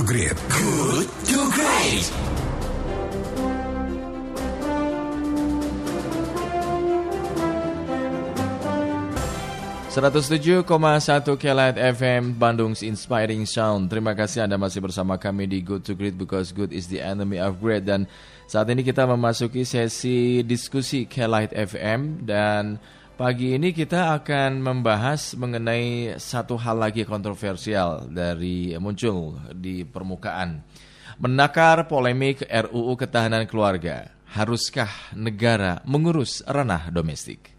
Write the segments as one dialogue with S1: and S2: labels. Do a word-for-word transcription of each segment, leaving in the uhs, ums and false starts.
S1: Great. Good to Great.
S2: seratus tujuh koma satu Kelight F M Bandung's Inspiring Sound. Terima kasih Anda masih bersama kami di Good to Great because good is the enemy of great. Dan saat ini kita memasuki sesi diskusi Kelight F M. Dan pagi ini kita akan membahas mengenai satu hal lagi kontroversial dari muncul di permukaan. Menakar polemik R U U Ketahanan Keluarga. Haruskah negara mengurus ranah domestik?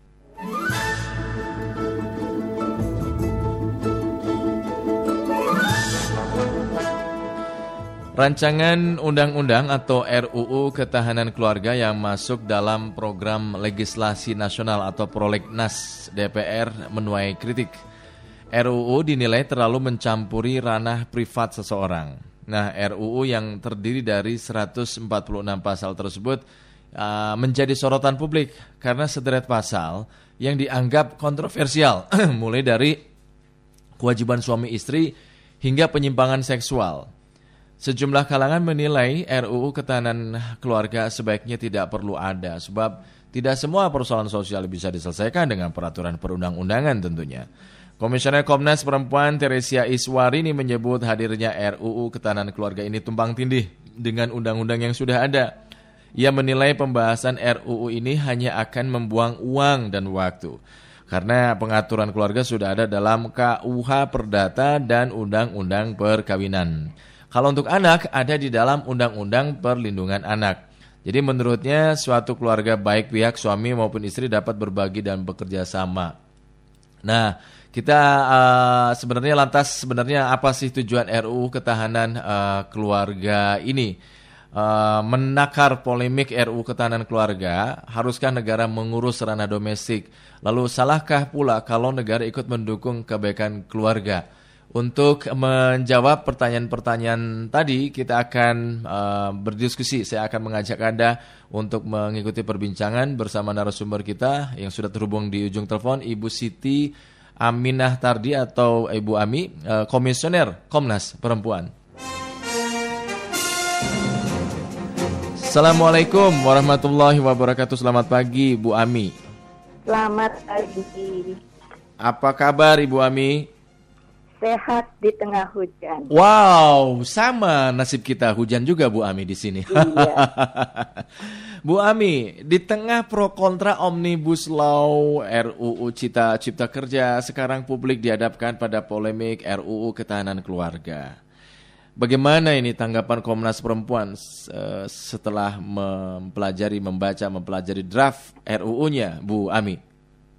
S2: Rancangan undang-undang atau R U U Ketahanan Keluarga yang masuk dalam program legislasi nasional atau prolegnas D P R menuai kritik. R U U dinilai terlalu mencampuri ranah privat seseorang. Nah, R U U yang terdiri dari seratus empat puluh enam pasal tersebut uh, menjadi sorotan publik karena sederet pasal yang dianggap kontroversial, mulai dari kewajiban suami istri hingga penyimpangan seksual. Sejumlah kalangan menilai R U U Ketahanan Keluarga sebaiknya tidak perlu ada, sebab tidak semua persoalan sosial bisa diselesaikan dengan peraturan perundang-undangan tentunya. Komisioner Komnas Perempuan Teresia Iswarini menyebut hadirnya R U U Ketahanan Keluarga ini tumpang tindih dengan undang-undang yang sudah ada. Ia menilai pembahasan R U U ini hanya akan membuang uang dan waktu, karena pengaturan keluarga sudah ada dalam K U H Perdata dan Undang-Undang Perkawinan. Kalau untuk anak, ada di dalam Undang-Undang Perlindungan Anak. Jadi menurutnya suatu keluarga baik pihak suami maupun istri dapat berbagi dan bekerja sama. Nah, kita uh, sebenarnya lantas sebenarnya apa sih tujuan R U U Ketahanan uh, Keluarga ini? Uh, menakar polemik R U U Ketahanan Keluarga, haruskah negara mengurus ranah domestik? Lalu salahkah pula kalau negara ikut mendukung kebaikan keluarga? Untuk menjawab pertanyaan-pertanyaan tadi, kita akan uh, berdiskusi. Saya akan mengajak Anda untuk mengikuti perbincangan bersama narasumber kita yang sudah terhubung di ujung telepon, Ibu Siti Aminah Tardi atau Ibu Ami, uh, Komisioner Komnas Perempuan. Assalamualaikum warahmatullahi wabarakatuh. Selamat pagi, Bu Ami.
S3: Selamat pagi.
S2: Apa kabar, Ibu Ami?
S3: Sehat di tengah hujan.
S2: Wow, sama nasib kita, hujan juga Bu Ami di sini.
S3: Iya.
S2: Bu Ami, di tengah pro kontra Omnibus Law R U U Cipta Cipta Kerja, sekarang publik dihadapkan pada polemik R U U Ketahanan Keluarga. Bagaimana ini tanggapan Komnas Perempuan uh, setelah mempelajari, membaca, mempelajari draft R U U-nya, Bu Ami?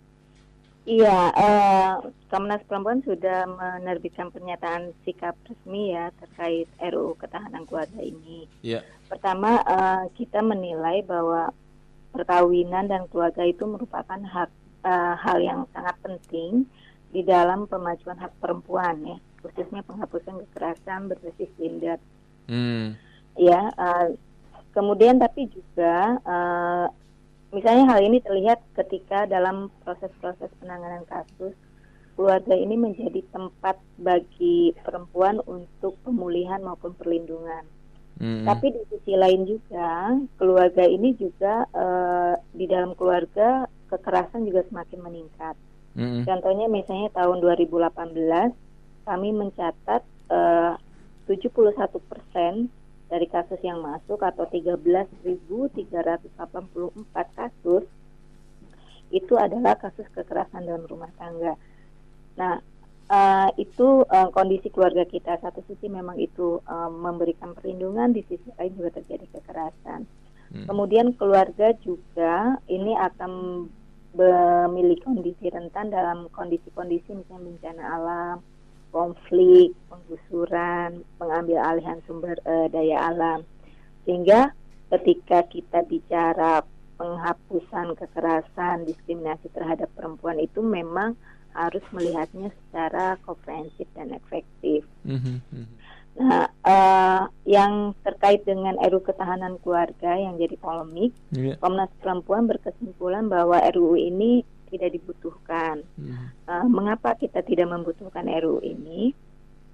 S3: Iya, eh, Komnas Perempuan sudah menerbitkan pernyataan sikap resmi ya terkait R U U Ketahanan Keluarga ini.
S2: Iya.
S3: Pertama, eh, kita menilai bahwa perkawinan dan keluarga itu merupakan hak eh, hal yang sangat penting di dalam pemajuan hak perempuan ya, khususnya penghapusan kekerasan berbasis gender.
S2: Hmm.
S3: Ya, eh, kemudian tapi juga eh, misalnya hal ini terlihat ketika dalam proses-proses penanganan kasus, keluarga ini menjadi tempat bagi perempuan untuk pemulihan maupun perlindungan. Mm-hmm. Tapi di sisi lain juga, keluarga ini juga uh, di dalam keluarga kekerasan juga semakin meningkat. Mm-hmm. Contohnya misalnya tahun dua ribu delapan belas, kami mencatat uh, tujuh puluh satu persen dari kasus yang masuk atau tiga belas ribu tiga ratus delapan puluh empat kasus itu adalah kasus kekerasan dalam rumah tangga. Nah, uh, itu uh, kondisi keluarga kita. Satu sisi memang itu uh, memberikan perlindungan, di sisi lain juga terjadi kekerasan. Hmm. Kemudian keluarga juga ini akan memiliki kondisi rentan dalam kondisi-kondisi misalnya bencana alam, konflik, penggusuran, pengambil alihan sumber uh, daya alam. Sehingga ketika kita bicara penghapusan kekerasan, diskriminasi terhadap perempuan itu memang harus melihatnya secara komprehensif dan efektif. Mm-hmm. Nah, uh, yang terkait dengan R U U Ketahanan Keluarga yang jadi polemik, yeah. Komnas Perempuan berkesimpulan bahwa R U U ini tidak dibutuhkan. Hmm. Uh, mengapa kita tidak membutuhkan R U U ini?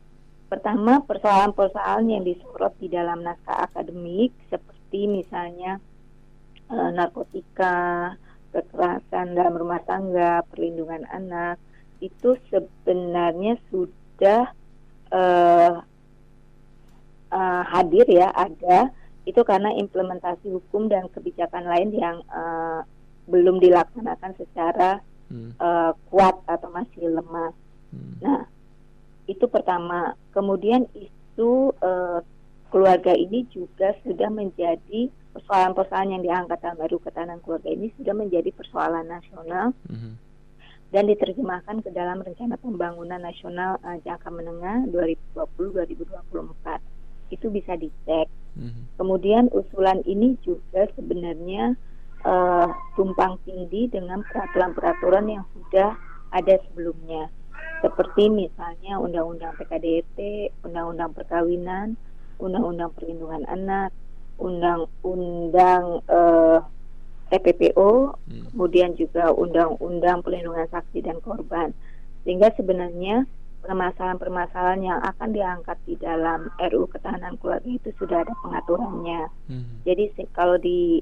S3: pertama persoalan-persoalan yang disorot di dalam naskah akademik seperti misalnya uh, narkotika, kekerasan dalam rumah tangga, perlindungan anak, itu sebenarnya sudah uh, uh, hadir ya, ada, itu karena implementasi hukum dan kebijakan lain yang uh, belum dilaksanakan secara hmm. uh, kuat atau masih lemah. Hmm. Nah, itu pertama. Kemudian isu uh, keluarga ini juga sudah menjadi persoalan-persoalan yang diangkat dalam R U U Ketahanan Keluarga ini sudah menjadi persoalan nasional mm-hmm. dan diterjemahkan ke dalam Rencana Pembangunan Nasional uh, Jangka Menengah dua ribu dua puluh sampai dua ribu dua puluh empat. Itu bisa dicek. Mm-hmm. Kemudian usulan ini juga sebenarnya uh, tumpang tindih dengan peraturan-peraturan yang sudah ada sebelumnya. Seperti misalnya Undang-Undang P K D R T, Undang-Undang Perkawinan, Undang-Undang Perlindungan Anak, Undang-Undang uh, T P P O, hmm. kemudian juga Undang-Undang Perlindungan Saksi dan Korban. Sehingga sebenarnya permasalahan-permasalahan yang akan diangkat di dalam R U U Ketahanan Keluarga itu sudah ada pengaturannya. Hmm. Jadi kalau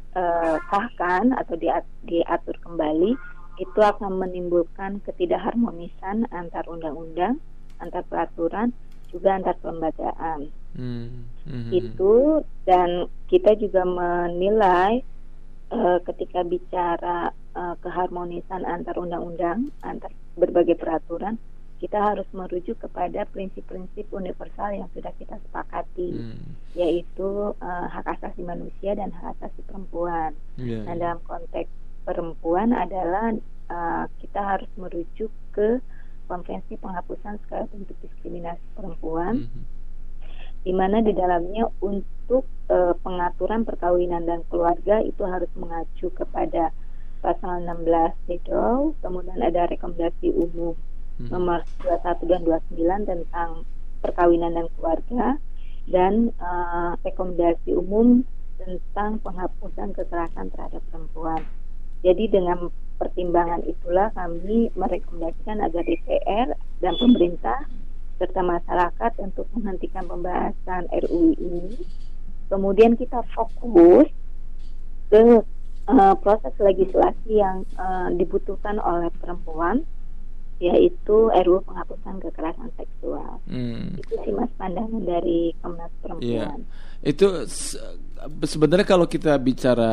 S3: disahkan uh, atau diatur kembali, itu akan menimbulkan ketidakharmonisan antar undang-undang, antar peraturan, juga antar kelembagaan. Hmm. Hmm. Itu, dan kita juga menilai uh, ketika bicara uh, keharmonisan antar undang-undang, antar berbagai peraturan, kita harus merujuk kepada prinsip-prinsip universal yang sudah kita sepakati, hmm. yaitu uh, hak asasi manusia dan hak asasi perempuan. Yeah, nah, yeah. dalam konteks perempuan adalah uh, kita harus merujuk ke Konvensi Penghapusan Segala Bentuk Diskriminasi Perempuan, mm-hmm. di mana di dalamnya untuk uh, pengaturan perkawinan dan keluarga itu harus mengacu kepada pasal enam belas C E D O W, kemudian ada rekomendasi umum mm-hmm. nomor dua puluh satu dan dua puluh sembilan tentang perkawinan dan keluarga, dan uh, rekomendasi umum tentang penghapusan kekerasan terhadap perempuan. Jadi dengan pertimbangan itulah kami merekomendasikan agar D P R dan pemerintah serta masyarakat untuk menghentikan pembahasan R U U ini. Kemudian kita fokus ke uh, proses legislasi yang uh, dibutuhkan oleh perempuan, yaitu R U U Penghapusan Kekerasan Seksual. Hmm. Itu sih Mas pandangan dari Komnas Perempuan.
S2: Yeah. Itu sebenarnya kalau kita bicara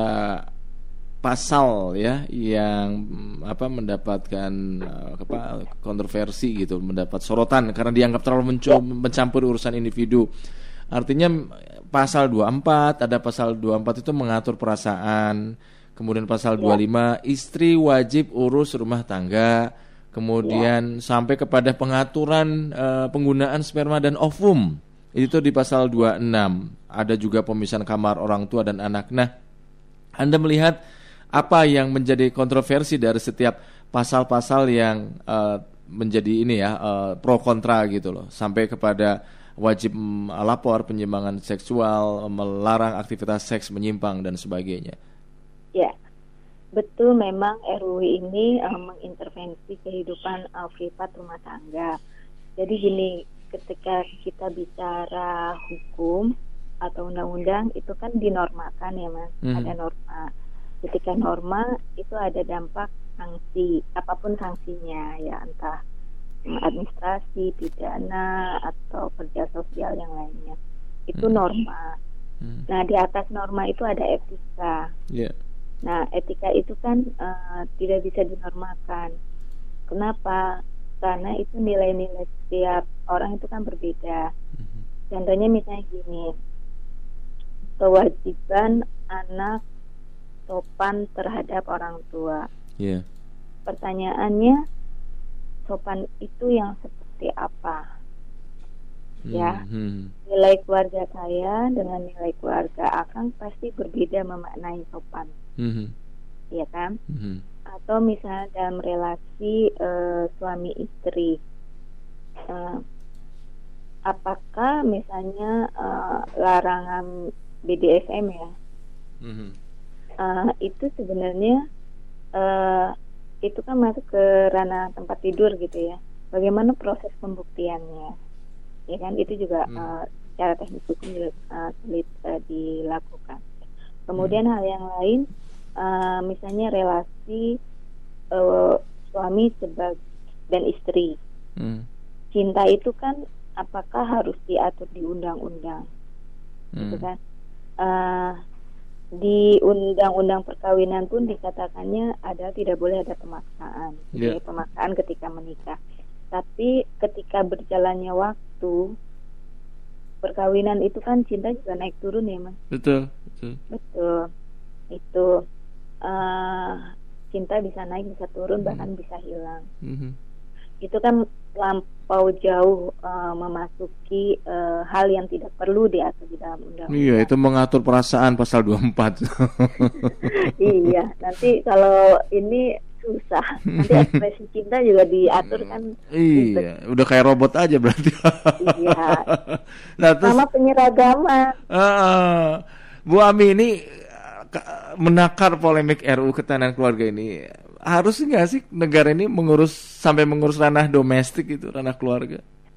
S2: pasal ya yang apa mendapatkan uh, apa kontroversi gitu, mendapat sorotan karena dianggap terlalu menco- mencampuri urusan individu. Artinya pasal dua puluh empat, ada pasal dua puluh empat itu mengatur perasaan, kemudian pasal dua puluh lima istri wajib urus rumah tangga, kemudian ya. sampai kepada pengaturan uh, penggunaan sperma dan ovum. Itu di pasal dua puluh enam. Ada juga pemisahan kamar orang tua dan anak. Nah, Anda melihat apa yang menjadi kontroversi dari setiap pasal-pasal yang uh, menjadi ini ya uh, pro kontra gitu loh, sampai kepada wajib um, lapor penyimpangan seksual, melarang aktivitas seks menyimpang dan sebagainya.
S3: Ya, betul, memang R U U ini uh, mengintervensi kehidupan uh, privat rumah tangga. Jadi gini, ketika kita bicara hukum atau undang-undang itu kan dinormakan ya Mas, hmm. ada norma. Ketika norma itu ada dampak sanksi, apapun sanksinya ya, entah administrasi, pidana, atau kerja sosial yang lainnya. Itu hmm. norma. Hmm. Nah, di atas norma itu ada etika. Yeah. Nah, etika itu kan uh, tidak bisa dinormakan. Kenapa? Karena itu nilai-nilai setiap orang itu kan berbeda. Hmm. Contohnya misalnya gini, kewajiban anak sopan terhadap orang tua. Yeah. Pertanyaannya, sopan itu yang seperti apa? Hmm. Ya, hmm. nilai keluarga saya dengan nilai keluarga Akang pasti berbeda memaknai sopan, hmm. ya kan? Hmm. Atau misalnya dalam relasi uh, suami istri, uh, apakah misalnya uh, larangan B D S M ya? Hmm. Uh, itu sebenarnya uh, itu kan masuk ke ranah tempat tidur gitu ya. Bagaimana proses pembuktiannya? ya kan, itu juga
S2: Hmm.
S3: uh, secara teknis hukum juga uh, sulit uh, dilakukan. Kemudian hal yang lain, uh, misalnya relasi uh, suami sebagai dan istri.
S2: Hmm.
S3: Cinta itu kan apakah harus diatur di undang-undang, gitu
S2: Hmm.
S3: kan? Uh, di undang-undang perkawinan pun dikatakannya ada tidak boleh ada pemaksaan,
S2: Yeah.
S3: ya, pemaksaan ketika menikah. Tapi ketika berjalannya waktu, perkawinan itu kan cinta juga naik turun ya, Mas.
S2: Betul, betul.
S3: Betul. Itu uh, cinta bisa naik, bisa turun, bahkan bisa hilang.
S2: Mhm.
S3: Itu kan lampau jauh uh, memasuki uh, hal yang tidak perlu diatur di dalam undang-undang.
S2: Iya, itu mengatur perasaan pasal dua puluh empat.
S3: Iya, nanti kalau ini susah. Nanti ekspresi cinta juga diatur kan.
S2: Iya, udah kayak robot aja berarti.
S3: Iya.
S2: Nah, terus
S3: Sama penyeragaman.
S2: uh, Bu Ami ini uh, menakar polemik R U Ketahanan Keluarga ini. Harus nggak sih negara ini mengurus sampai mengurus ranah domestik itu, ranah keluarga?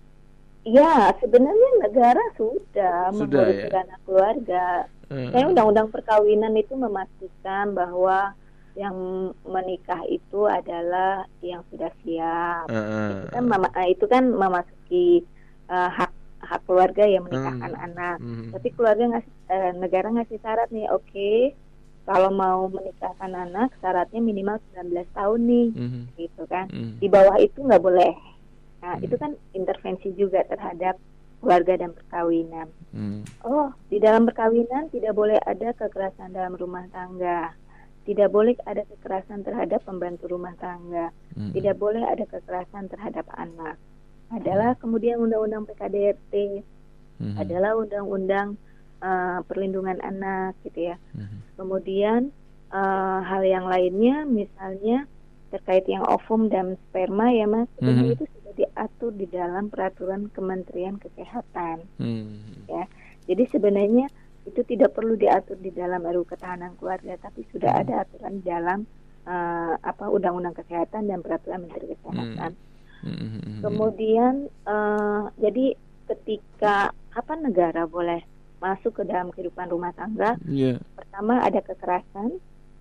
S3: Ya, sebenarnya negara sudah,
S2: Sudah,
S3: mengurus
S2: ya?
S3: ranah keluarga.
S2: Uh,
S3: Saya undang-undang perkawinan itu memastikan bahwa yang menikah itu adalah yang sudah siap.
S2: uh,
S3: Itu kan mema- eh, itu kan memasuki eh, hak hak keluarga yang menikahkan
S2: Hmm.
S3: anak.
S2: Hmm.
S3: Tapi keluarga ngasih eh, negara ngasih syarat nih, oke, kalau mau menikahkan anak syaratnya minimal sembilan belas tahun nih,
S2: Mhm.
S3: gitu kan.
S2: Mhm.
S3: Di bawah itu nggak boleh. Nah,
S2: Hmm.
S3: itu kan intervensi juga terhadap keluarga dan perkawinan.
S2: Hmm.
S3: Oh, di dalam perkawinan tidak boleh ada kekerasan dalam rumah tangga. Tidak boleh ada kekerasan terhadap pembantu rumah tangga.
S2: Hmm.
S3: Tidak boleh ada kekerasan terhadap anak. Adalah kemudian undang-undang P K D R T,
S2: Mhm.
S3: adalah undang-undang uh, perlindungan anak, gitu ya.
S2: Mhm.
S3: Kemudian uh, hal yang lainnya, misalnya terkait yang ovum dan sperma ya, Mas, sebenarnya
S2: Mhm.
S3: itu sudah diatur di dalam peraturan Kementerian Kesehatan.
S2: Hmm.
S3: Ya, jadi sebenarnya itu tidak perlu diatur di dalam R U U Ketahanan Keluarga, tapi sudah
S2: Hmm.
S3: ada aturan di dalam uh, apa Undang-Undang Kesehatan dan Peraturan Menteri Kesehatan.
S2: Hmm.
S3: Kemudian uh, jadi ketika kapan negara boleh masuk ke dalam kehidupan rumah tangga?
S2: Iya.
S3: Pertama ada kekerasan,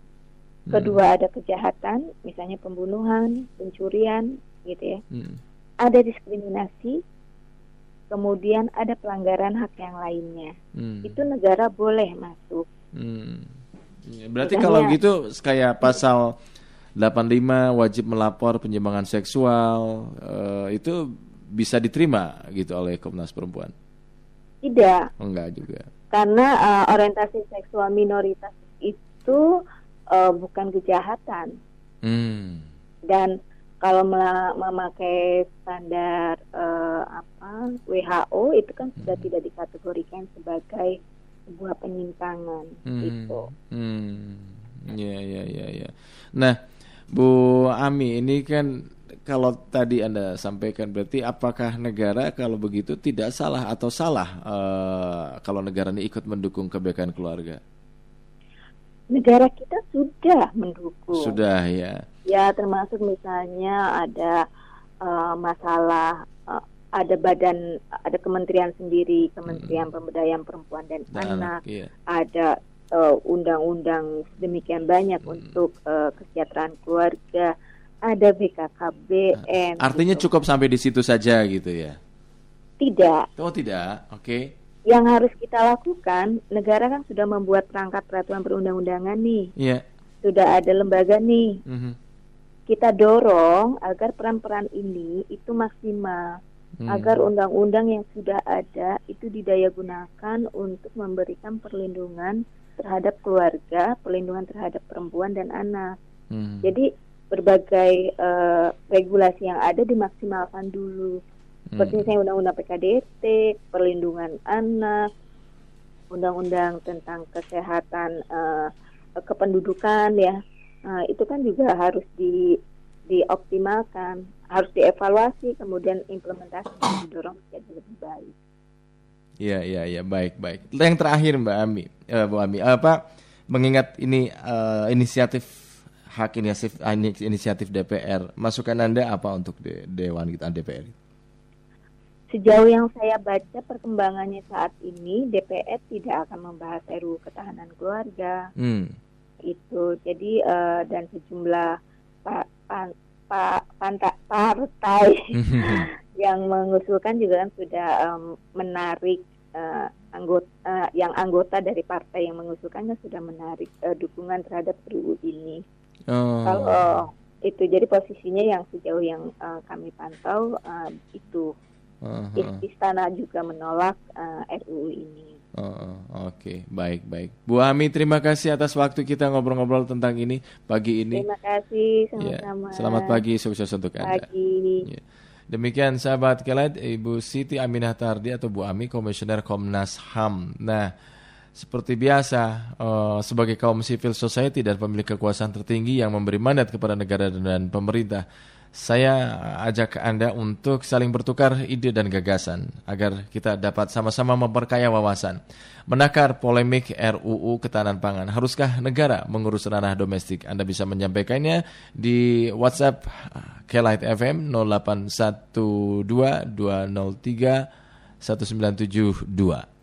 S3: kedua ada kejahatan, misalnya pembunuhan, pencurian, gitu ya.
S2: Hmm.
S3: Ada diskriminasi, kemudian ada pelanggaran hak yang lainnya.
S2: Hmm.
S3: Itu negara boleh masuk.
S2: Hmm. Ya, berarti
S3: Misalnya-
S2: kalau gitu kayak pasal delapan puluh lima wajib melapor penyimpangan seksual, eh, itu bisa diterima gitu oleh Komnas Perempuan?
S3: Tidak,
S2: Oh, enggak juga.
S3: karena uh, orientasi seksual minoritas itu uh, bukan kejahatan.
S2: Hmm.
S3: Dan kalau mela- memakai standar uh, apa W H O itu kan sudah tidak dikategorikan sebagai sebuah penyimpangan,
S2: Hmm.
S3: gitu.
S2: Hmm. Ya, ya, ya, ya. Nah, Bu Ami, ini kan kalau tadi Anda sampaikan berarti apakah negara kalau begitu tidak salah atau salah eh, kalau negara ini ikut mendukung kebaikan keluarga?
S3: Negara kita sudah mendukung.
S2: Sudah ya.
S3: Ya, termasuk misalnya ada uh, masalah uh, ada badan, ada kementerian sendiri, Kementerian Pemberdayaan Perempuan dan,
S2: Dan
S3: Anak,
S2: anak, iya.
S3: ada uh, undang-undang demikian banyak untuk uh, kesejahteraan keluarga, ada B K K B N.
S2: Artinya
S3: gitu.
S2: cukup sampai di situ saja gitu ya?
S3: Tidak.
S2: Oh tidak, oke.
S3: Yang harus kita lakukan, negara kan sudah membuat perangkat peraturan perundang-undangan nih,
S2: Iya.
S3: sudah ada lembaga nih.
S2: Mhm.
S3: Kita dorong agar peran-peran ini itu maksimal.
S2: Hmm.
S3: Agar undang-undang yang sudah ada itu didayagunakan untuk memberikan perlindungan terhadap keluarga, perlindungan terhadap perempuan dan anak.
S2: Hmm.
S3: Jadi berbagai uh, regulasi yang ada dimaksimalkan dulu. Seperti
S2: Hmm.
S3: misalnya undang-undang P K D R T, perlindungan anak, undang-undang tentang kesehatan uh, kependudukan ya. Nah, itu kan juga harus di dioptimalkan, harus dievaluasi, kemudian implementasi didorong menjadi lebih baik.
S2: Iya, iya, iya, baik, baik. Yang terakhir Mbak Ami, eh, Bu Ami, apa mengingat ini eh, inisiatif hak inisiatif inisiatif D P R, masukan Anda apa untuk de- Dewan kita D P R?
S3: sejauh yang saya baca perkembangannya saat ini, D P R tidak akan membahas R U U Ketahanan Keluarga.
S2: Hmm.
S3: Itu jadi uh, dan sejumlah pa, pa, pa, panta, partai yang mengusulkan juga kan sudah um, menarik uh, anggota uh, yang anggota dari partai yang mengusulkan kan sudah menarik uh, dukungan terhadap R U U ini.
S2: Oh.
S3: Kalau itu jadi posisinya yang sejauh yang uh, kami pantau uh, itu uh-huh. Istana juga menolak uh, R U U ini.
S2: Oh, oh, oke, okay. baik, baik. Bu Ami, terima kasih atas waktu kita ngobrol-ngobrol tentang ini pagi ini.
S3: Terima kasih, sama-sama.
S2: Ya, selamat pagi, sukses untuk Anda.
S3: Pagi.
S2: Ya. Demikian sahabat Kelet, Ibu Siti Aminah Tardi atau Bu Ami, Komisioner Komnas H A M. Nah, seperti biasa, uh, sebagai kaum civil society dan pemilik kekuasaan tertinggi yang memberi mandat kepada negara dan pemerintah, saya ajak Anda untuk saling bertukar ide dan gagasan agar kita dapat sama-sama memperkaya wawasan. Menakar polemik R U U Ketahanan Pangan, haruskah negara mengurus ranah domestik? Anda bisa menyampaikannya di WhatsApp Kelight F M nol delapan satu dua dua nol tiga satu sembilan tujuh dua.